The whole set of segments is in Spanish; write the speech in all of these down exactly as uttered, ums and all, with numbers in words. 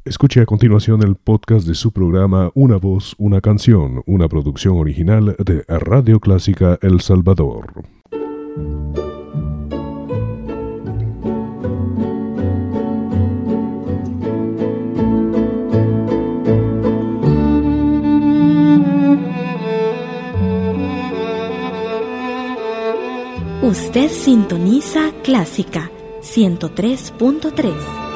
Escuche a continuación el podcast de su programa Una Voz, Una Canción, una producción original de Radio Clásica El Salvador. Usted sintoniza Clásica ciento tres punto tres.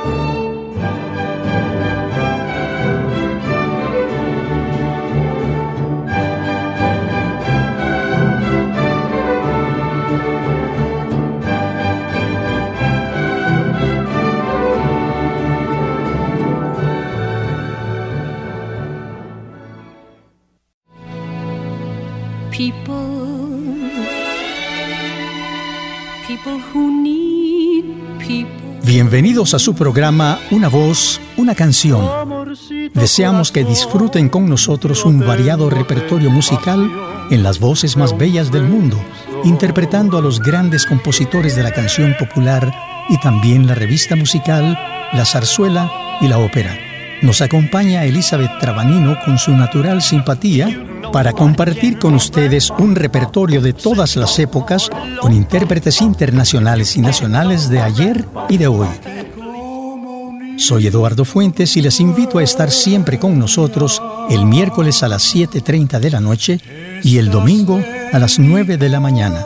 Bienvenidos a su programa Una Voz, Una Canción. Deseamos que disfruten con nosotros un variado repertorio musical en las voces más bellas del mundo, interpretando a los grandes compositores de la canción popular y también la revista musical, la zarzuela y la ópera. Nos acompaña Elizabeth Travanino con su natural simpatía para compartir con ustedes un repertorio de todas las épocas con intérpretes internacionales y nacionales de ayer y de hoy. Soy Eduardo Fuentes y les invito a estar siempre con nosotros el miércoles a las siete y media de la noche y el domingo a las nueve de la mañana.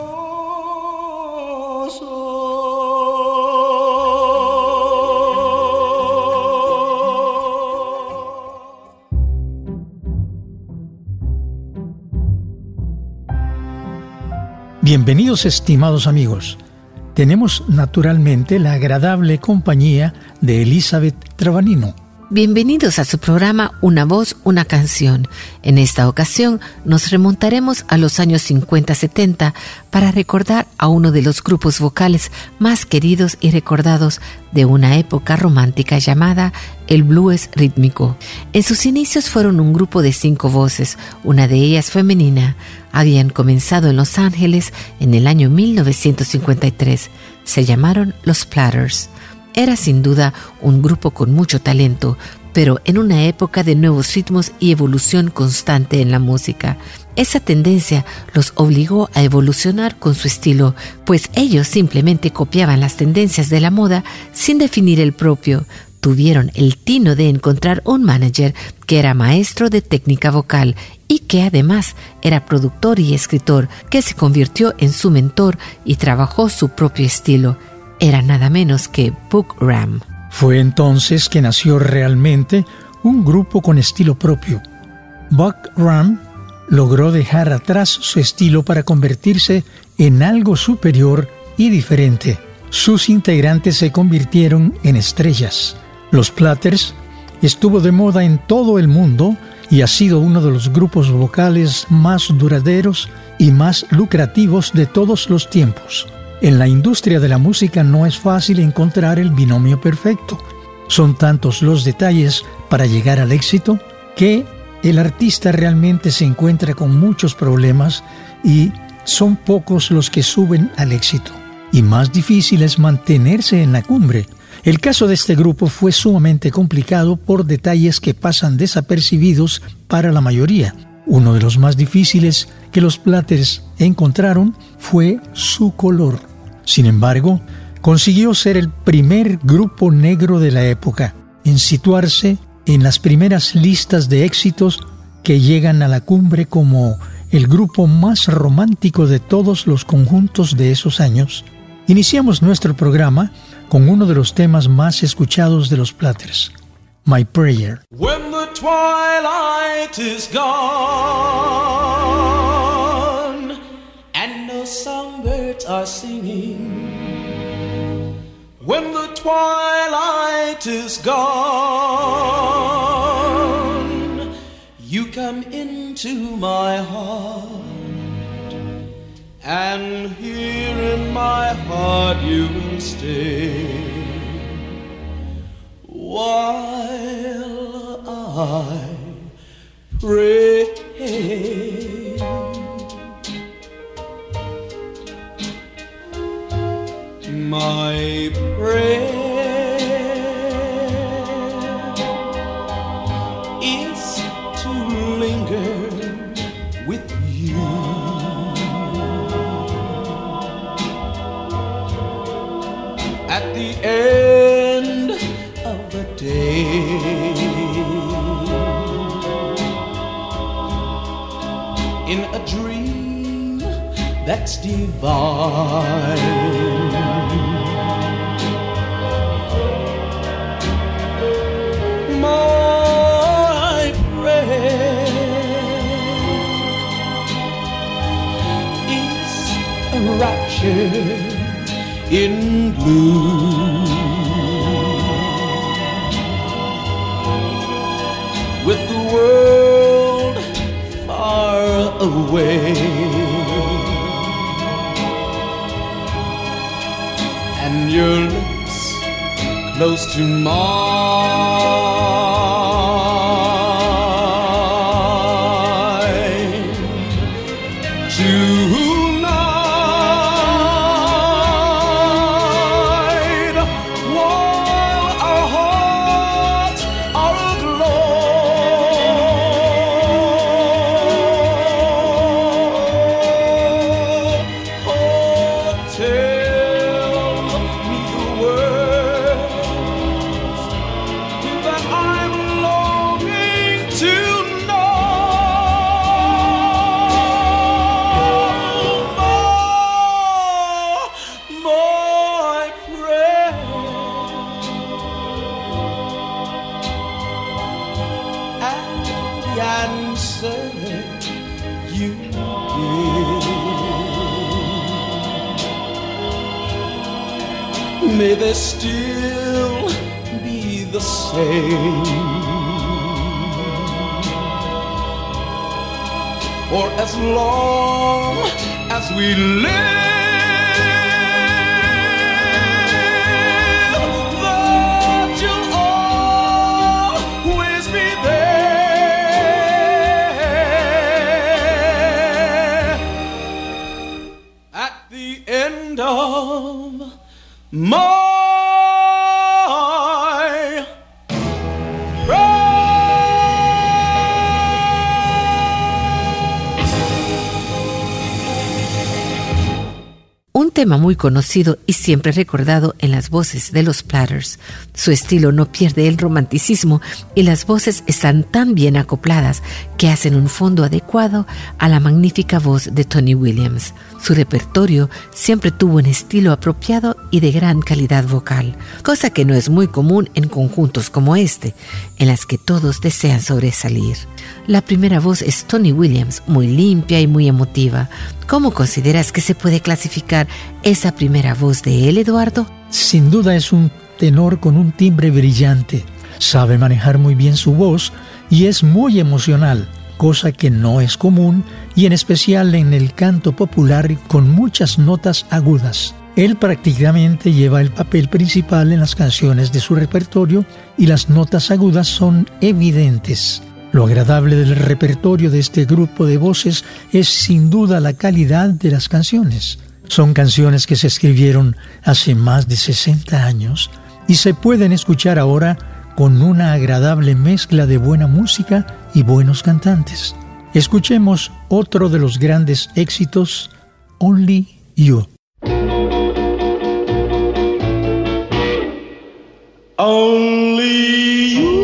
Bienvenidos, estimados amigos. Tenemos naturalmente la agradable compañía de Elizabeth Travanino. Bienvenidos a su programa Una Voz, Una Canción. En esta ocasión nos remontaremos a los años cincuenta setenta para recordar a uno de los grupos vocales más queridos y recordados de una época romántica llamada el blues rítmico. En sus inicios fueron un grupo de cinco voces, una de ellas femenina. Habían comenzado en Los Ángeles en el año mil novecientos cincuenta y tres. Se llamaron Los Platters. Era sin duda un grupo con mucho talento, pero en una época de nuevos ritmos y evolución constante en la música. Esa tendencia los obligó a evolucionar con su estilo, pues ellos simplemente copiaban las tendencias de la moda sin definir el propio. Tuvieron el tino de encontrar un manager que era maestro de técnica vocal y que además era productor y escritor, que se convirtió en su mentor y trabajó su propio estilo. Era nada menos que Buck Ram. Fue entonces que nació realmente un grupo con estilo propio. Buck Ram logró dejar atrás su estilo para convertirse en algo superior y diferente. Sus integrantes se convirtieron en estrellas. Los Platters estuvo de moda en todo el mundo y ha sido uno de los grupos vocales más duraderos y más lucrativos de todos los tiempos. En la industria de la música no es fácil encontrar el binomio perfecto. Son tantos los detalles para llegar al éxito que el artista realmente se encuentra con muchos problemas y son pocos los que suben al éxito. Y más difícil es mantenerse en la cumbre. El caso de este grupo fue sumamente complicado por detalles que pasan desapercibidos para la mayoría. Uno de los más difíciles que los Platters encontraron fue su color. Sin embargo, consiguió ser el primer grupo negro de la época en situarse en las primeras listas de éxitos que llegan a la cumbre como el grupo más romántico de todos los conjuntos de esos años. Iniciamos nuestro programa con uno de los temas más escuchados de los Platters, My Prayer. When the twilight is gone and the songbirds are singing, when the twilight is gone, you come into my heart, and here in my heart you will stay, while I pray. My prayer stay in a dream that's divine. My prayer is a rapture in blue, with the world far away and your lips close to mine. Tonight, while our hearts are aglow, oh, tell me the words that I'm longing to know. My, my prayer and the answer you give, may they still be the same. For as long as we live, that you'll always be there at the end of my Un tema muy conocido y siempre recordado en las voces de los Platters. Su estilo no pierde el romanticismo y las voces están tan bien acopladas que hacen un fondo adecuado a la magnífica voz de Tony Williams. Su repertorio siempre tuvo un estilo apropiado y de gran calidad vocal, cosa que no es muy común en conjuntos como este, en las que todos desean sobresalir. La primera voz es Tony Williams, muy limpia y muy emotiva. ¿Cómo consideras que se puede clasificar esa primera voz de él, Eduardo? Sin duda es un tenor con un timbre brillante. Sabe manejar muy bien su voz y es muy emocional, cosa que no es común, y en especial en el canto popular con muchas notas agudas. Él prácticamente lleva el papel principal en las canciones de su repertorio y las notas agudas son evidentes. Lo agradable del repertorio de este grupo de voces es sin duda la calidad de las canciones. Son canciones que se escribieron hace más de sesenta años y se pueden escuchar ahora con una agradable mezcla de buena música y buenos cantantes. Escuchemos otro de los grandes éxitos, Only You. Only you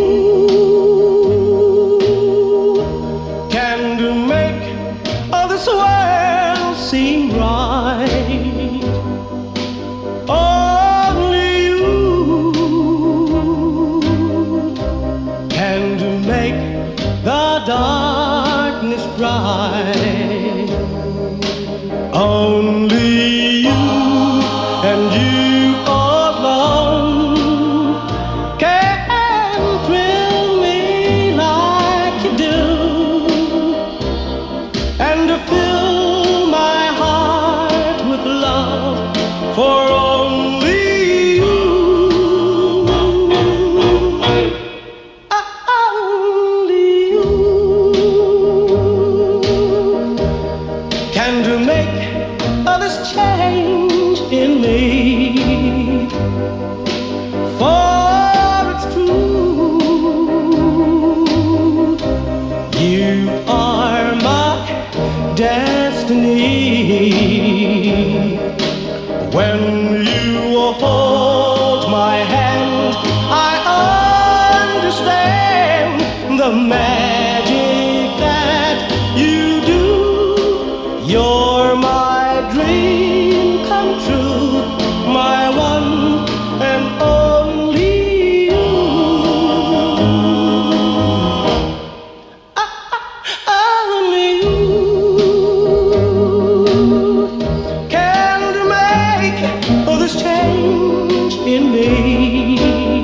can do make all this world seem right. Only you can do make the darkness bright. Only you and you alone can understand the magic that you do. You're my dream come true, my one and only you. Only you can make all this change in me.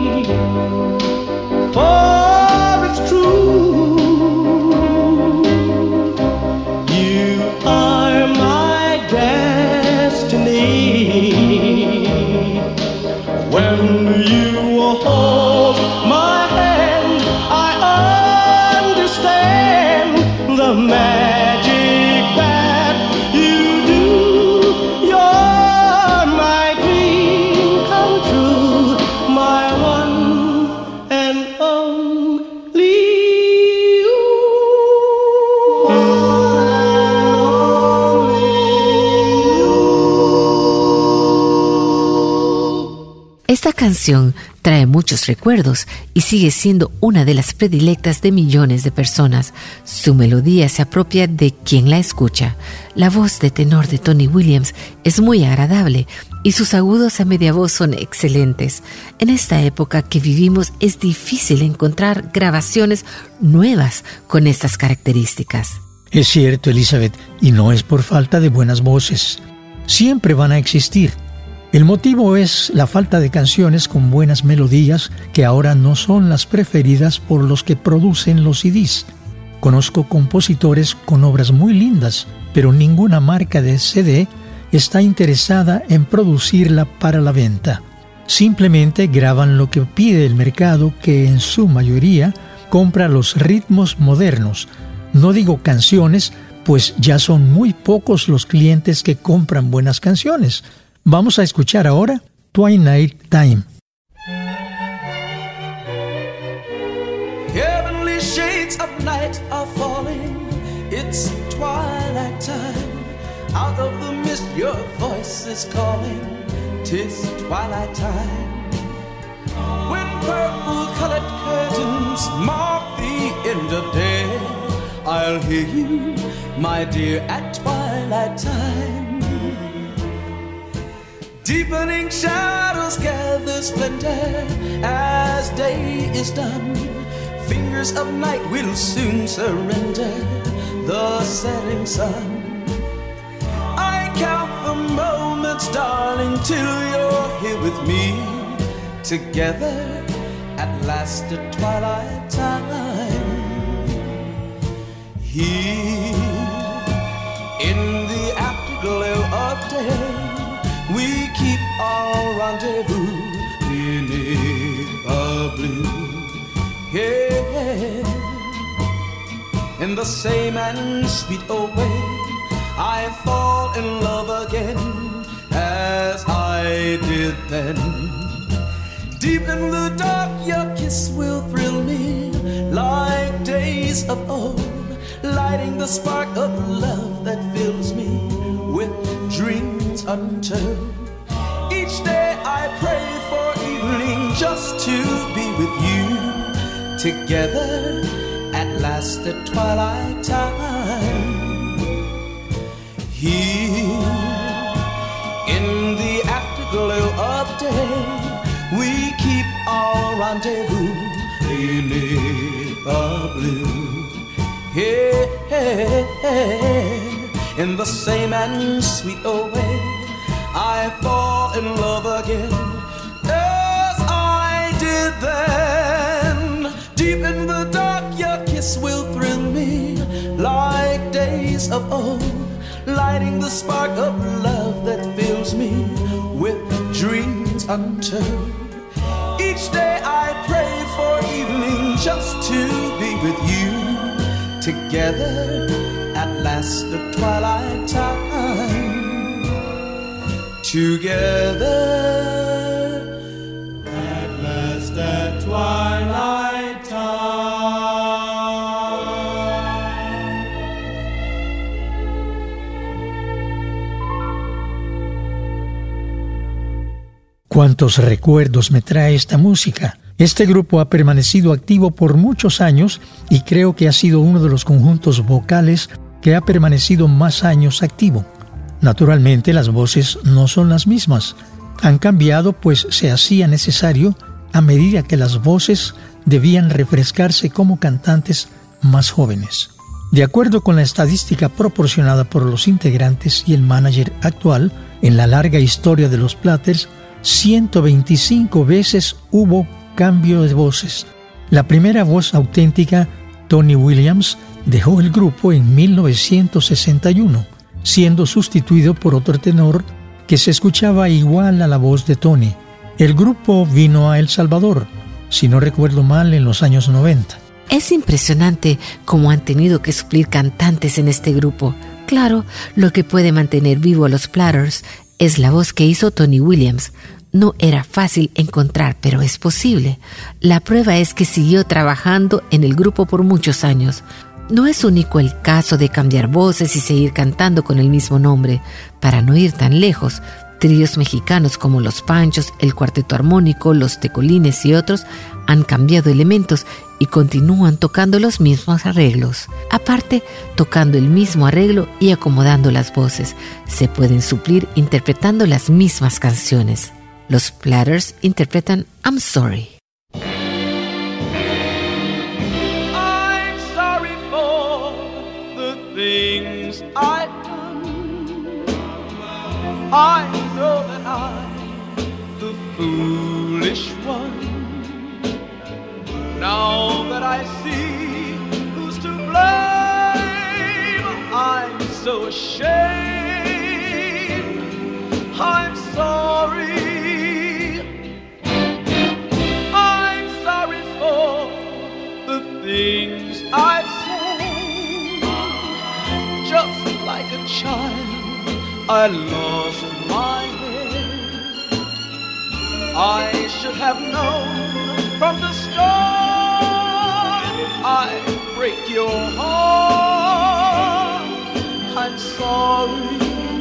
For it's true, you are my destiny. When you hold my hand, I understand the magic that you do. You're my dream come true, my one and only you. Esta canción trae muchos recuerdos y sigue siendo una de las predilectas de millones de personas. Su melodía se apropia de quien la escucha. La voz de tenor de Tony Williams es muy agradable y sus agudos a media voz son excelentes. En esta época que vivimos es difícil encontrar grabaciones nuevas con estas características. Es cierto, Elizabeth, y no es por falta de buenas voces. Siempre van a existir. El motivo es la falta de canciones con buenas melodías que ahora no son las preferidas por los que producen los C Ds. Conozco compositores con obras muy lindas, pero ninguna marca de C D está interesada en producirla para la venta. Simplemente graban lo que pide el mercado, que en su mayoría compra los ritmos modernos. No digo canciones, pues ya son muy pocos los clientes que compran buenas canciones. Vamos a escuchar ahora Twilight Time. Heavenly shades of night are falling. It's twilight time. Out of the mist your voice is calling. 'Tis twilight time. When purple-colored curtains mark the end of day, I'll hear you, my dear, at twilight time. Deepening shadows gather splendor as day is done. Fingers of night will soon surrender the setting sun. I count the moments, darling, till you're here with me. Together at last at twilight time. Here in the afterglow of day, we keep our rendezvous beneath a blue, yeah. In the same and sweet old way, I fall in love again as I did then. Deep in the dark, your kiss will thrill me like days of old, lighting the spark of love that fills me with dreams untold. Each day I pray for evening just to be with you. Together at last at twilight time. Here in the afterglow of day, we keep our rendezvous beneath the blue, yeah, yeah, yeah. In the same and sweet old way, I fall in love again as I did then. Deep in the dark, your kiss will thrill me like days of old, lighting the spark of love that fills me with dreams untold. Each day I pray for evening just to be with you. Together at last at twilight time. Together at last at twilight time. Cuántos recuerdos me trae esta música. Este grupo ha permanecido activo por muchos años y creo que ha sido uno de los conjuntos vocales que ha permanecido más años activo. Naturalmente, las voces no son las mismas. Han cambiado, pues se hacía necesario a medida que las voces debían refrescarse como cantantes más jóvenes. De acuerdo con la estadística proporcionada por los integrantes y el manager actual, en la larga historia de los Platters, ciento veinticinco veces hubo cambio de voces. La primera voz auténtica, Tony Williams, dejó el grupo en mil novecientos sesenta y uno, siendo sustituido por otro tenor que se escuchaba igual a la voz de Tony. El grupo vino a El Salvador, si no recuerdo mal, en los años noventa. Es impresionante cómo han tenido que suplir cantantes en este grupo. Claro, lo que puede mantener vivo a los Platters es la voz que hizo Tony Williams. No era fácil encontrar, pero es posible. La prueba es que siguió trabajando en el grupo por muchos años. No es único el caso de cambiar voces y seguir cantando con el mismo nombre. Para no ir tan lejos, tríos mexicanos como Los Panchos, el Cuarteto Armónico, Los Tecolines y otros han cambiado elementos y continúan tocando los mismos arreglos. Aparte, tocando el mismo arreglo y acomodando las voces, se pueden suplir interpretando las mismas canciones. Los Platters interpretan I'm Sorry. I'm sorry for the things I've done. I know that I'm the foolish one. Now that I see who's to blame, I'm so ashamed. I'm sorry. Things I've said, just like a child, I lost my head. I should have known from the start I'd break your heart. I'm sorry.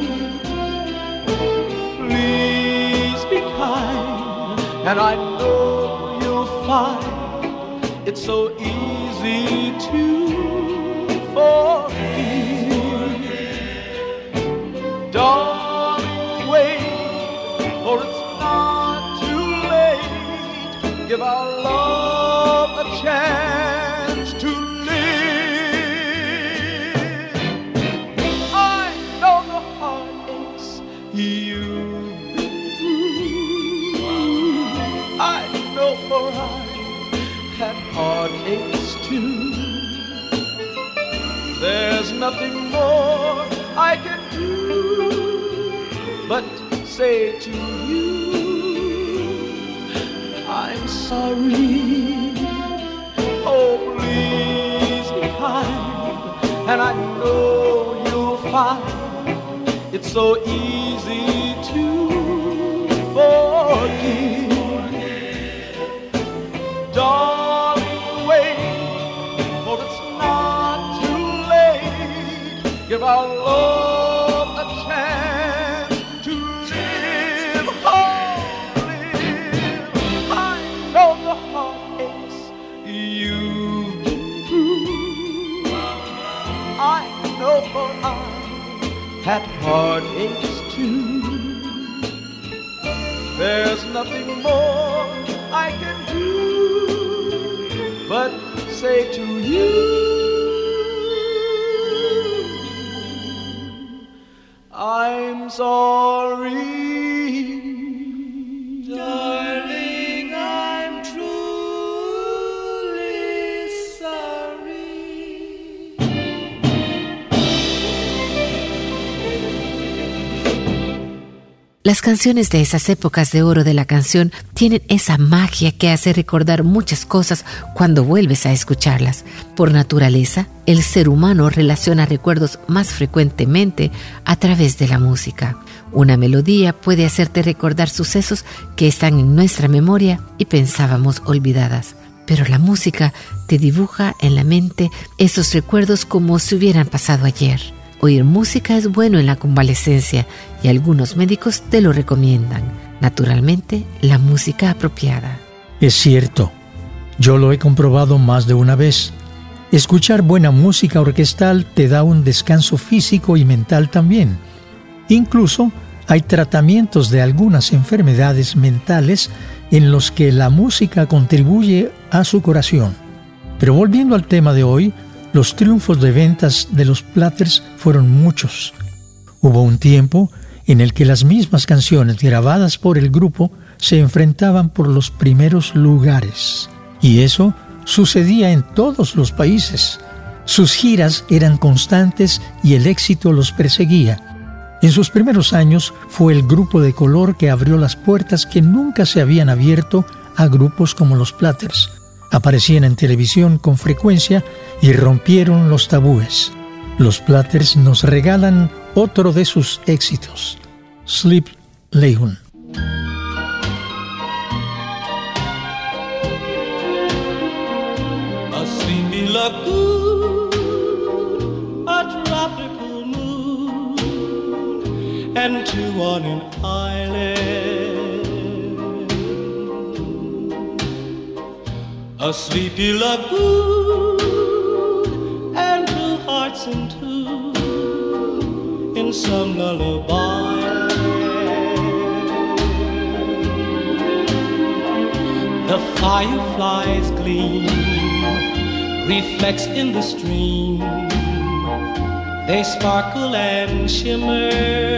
Please be kind, and I know you'll find it's so easy to forgive. Darling, wait, for it's not too late. Give our love a chance to live. I know the heartaches you've been through. I know for I had heartaches too. There's nothing more I can do but say to you, I'm sorry. Oh, please be kind, and I know you'll find it's so easy to forgive. Darling, wait, for it's not too late. Give our love a chance to live, oh, live. I know the heartaches you've been through. I know for I had heartaches too. There's nothing more I can do but say to you, I'm sorry. Darling, I'm truly sorry. Las canciones de esas épocas de oro de la canción tienen esa magia que hace recordar muchas cosas cuando vuelves a escucharlas. Por naturaleza, el ser humano relaciona recuerdos más frecuentemente a través de la música. Una melodía puede hacerte recordar sucesos que están en nuestra memoria y pensábamos olvidadas. Pero la música te dibuja en la mente esos recuerdos como si hubieran pasado ayer. Oír música es bueno en la convalecencia y algunos médicos te lo recomiendan. Naturalmente, la música apropiada. Es cierto, yo lo he comprobado más de una vez. Escuchar buena música orquestal te da un descanso físico y mental también. Incluso hay tratamientos de algunas enfermedades mentales en los que la música contribuye a su curación. Pero volviendo al tema de hoy, los triunfos de ventas de los Platters fueron muchos. Hubo un tiempo en el que las mismas canciones grabadas por el grupo se enfrentaban por los primeros lugares. Y eso sucedía en todos los países. Sus giras eran constantes y el éxito los perseguía. En sus primeros años fue el grupo de color que abrió las puertas que nunca se habían abierto a grupos como los Platters. Aparecían en televisión con frecuencia y rompieron los tabúes. Los Platters nos regalan otro de sus éxitos, Sleep Lagoon. A sleepy lagoon, a tropical mood, and two on an island. A sleepy lagoon, and two hearts in two, in some lullaby. The fireflies gleam, reflects in the stream. They sparkle and shimmer.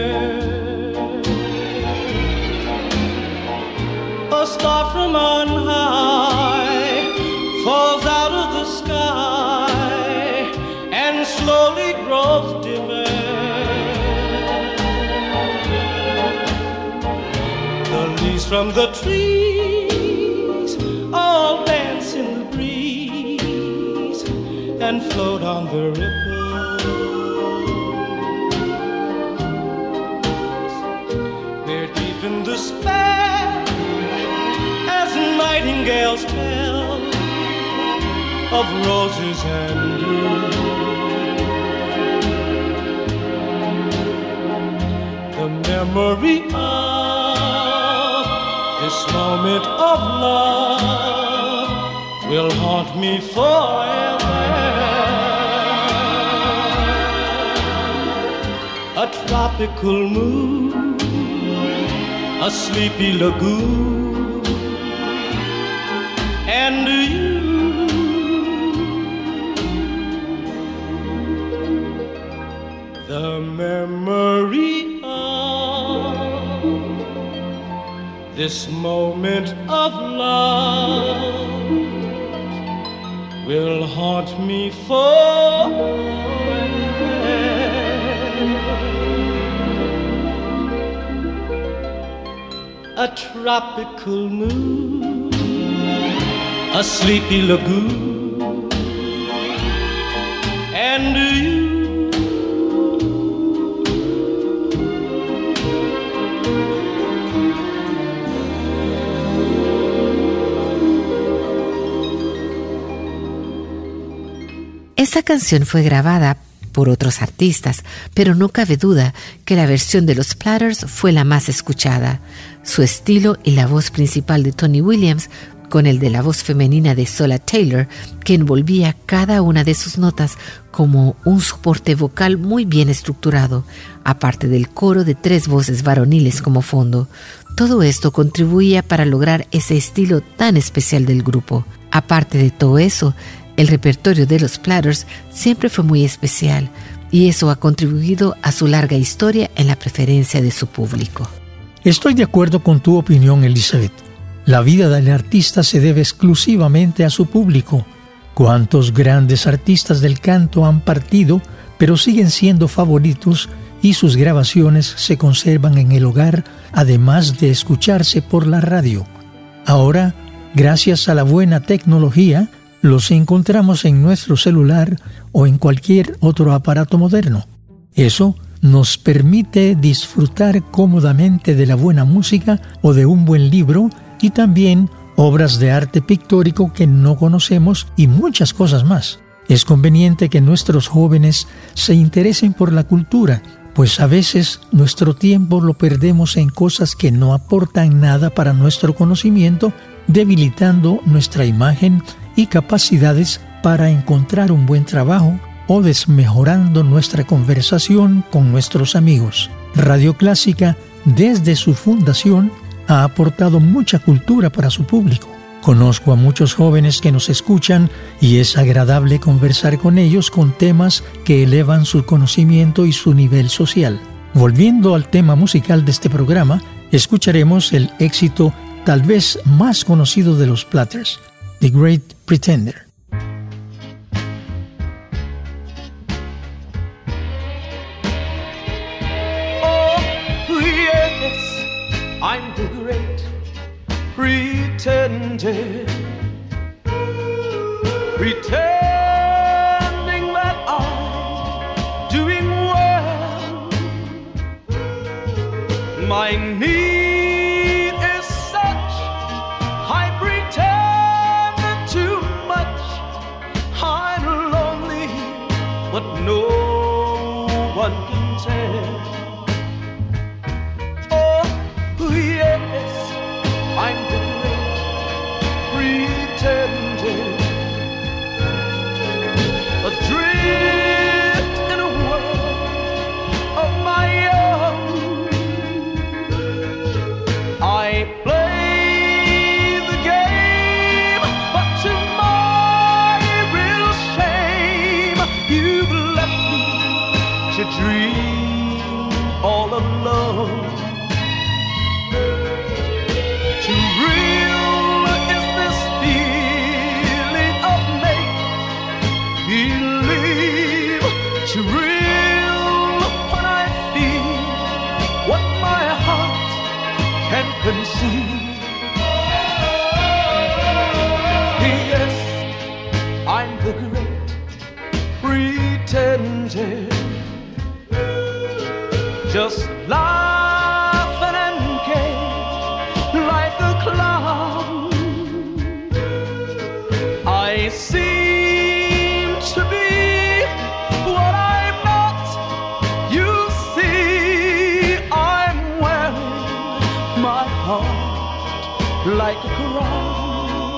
A star from on high falls out of the sky and slowly grows dimmer. The leaves from the trees all dance in the breeze and float on the ripples. They're deep in despair as nightingales tell of roses and dew. The memory of this moment of love will haunt me forever. A tropical moon, a sleepy lagoon, and you. The memory of this moment of love will haunt me forever. A tropical moon, a sleepy lagoon, and you. Esta canción fue grabada por otros artistas, pero no cabe duda que la versión de los Platters fue la más escuchada. Su estilo y la voz principal de Tony Williams, con el de la voz femenina de Sola Taylor, que envolvía cada una de sus notas como un soporte vocal muy bien estructurado, aparte del coro de tres voces varoniles como fondo. Todo esto contribuía para lograr ese estilo tan especial del grupo. Aparte de todo eso, el repertorio de los Platters siempre fue muy especial y eso ha contribuido a su larga historia en la preferencia de su público. Estoy de acuerdo con tu opinión, Elizabeth. La vida del artista se debe exclusivamente a su público. ¿Cuántos grandes artistas del canto han partido, pero siguen siendo favoritos y sus grabaciones se conservan en el hogar, además de escucharse por la radio? Ahora, gracias a la buena tecnología, los encontramos en nuestro celular o en cualquier otro aparato moderno. Eso nos permite disfrutar cómodamente de la buena música o de un buen libro y también obras de arte pictórico que no conocemos y muchas cosas más. Es conveniente que nuestros jóvenes se interesen por la cultura, pues a veces nuestro tiempo lo perdemos en cosas que no aportan nada para nuestro conocimiento debilitando nuestra imagen y capacidades para encontrar un buen trabajo o desmejorando nuestra conversación con nuestros amigos. Radio Clásica, desde su fundación, ha aportado mucha cultura para su público. Conozco a muchos jóvenes que nos escuchan y es agradable conversar con ellos con temas que elevan su conocimiento y su nivel social. Volviendo al tema musical de este programa, escucharemos el éxito tal vez más conocido de los Platters, The Great Pretender. I'm the great pretender, pretending that I'm doing well. My need is such, I pretend too much. I'm lonely, but no one can tell. Yes, I'm the great pretender, adrift in a world of my own. I play the game, but to my real shame, you've left me to dream all alone. Too real when I feel what my heart can conceive. Yes, I'm the great pretender, just laughing and gay like a clown. I seem to be what I'm not. You see, I'm wearing my heart like a crown,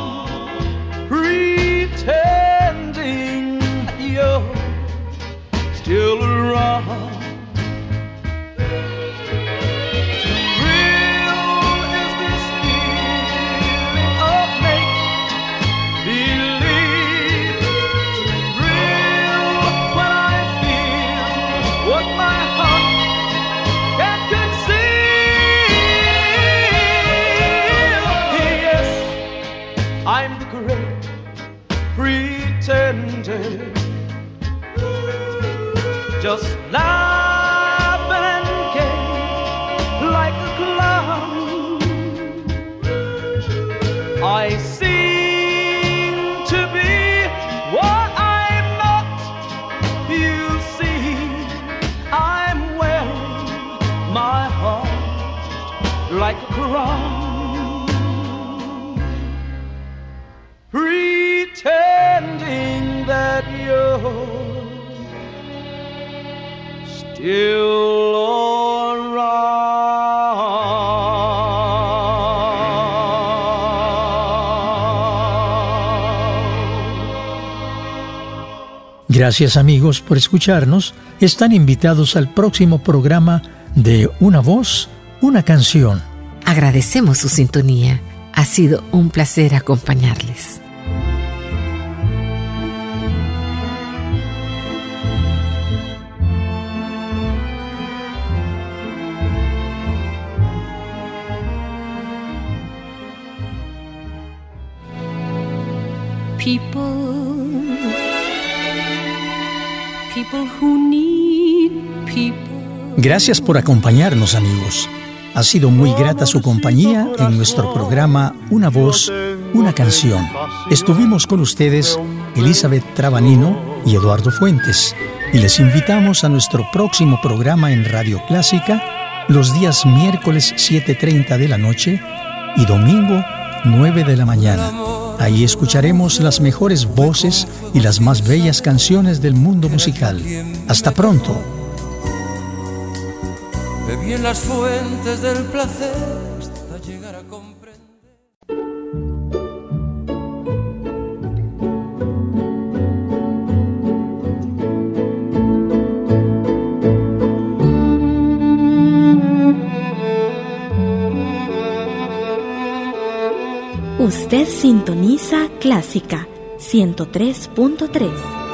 pretending that you're still around. Just laughing and gay like a clown. I seem to be what I'm not. You see, I'm wearing my heart like a crown, pretending that you're still around. Gracias amigos por escucharnos. Están invitados al próximo programa de Una Voz, Una Canción. Agradecemos su sintonía. Ha sido un placer acompañarles. People, people who need people. Gracias por acompañarnos, amigos. Ha sido muy grata su compañía en nuestro programa Una Voz, Una Canción. Estuvimos con ustedes Elizabeth Trabanino y Eduardo Fuentes, y les invitamos a nuestro próximo programa en Radio Clásica los días miércoles siete treinta de la noche y domingo nueve de la mañana. Ahí escucharemos las mejores voces y las más bellas canciones del mundo musical. Hasta pronto. Bebí en las fuentes del placer hasta llegar a comprender. Usted sintoniza Clásica ciento tres punto tres.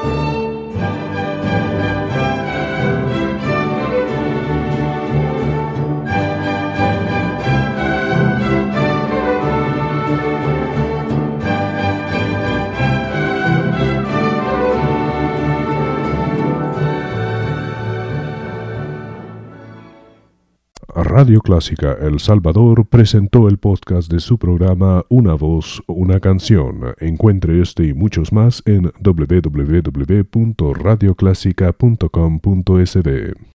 Radio Clásica El Salvador presentó el podcast de su programa Una Voz, Una Canción. Encuentre este y muchos más en doble u doble u doble u punto radio clásica punto com punto es be.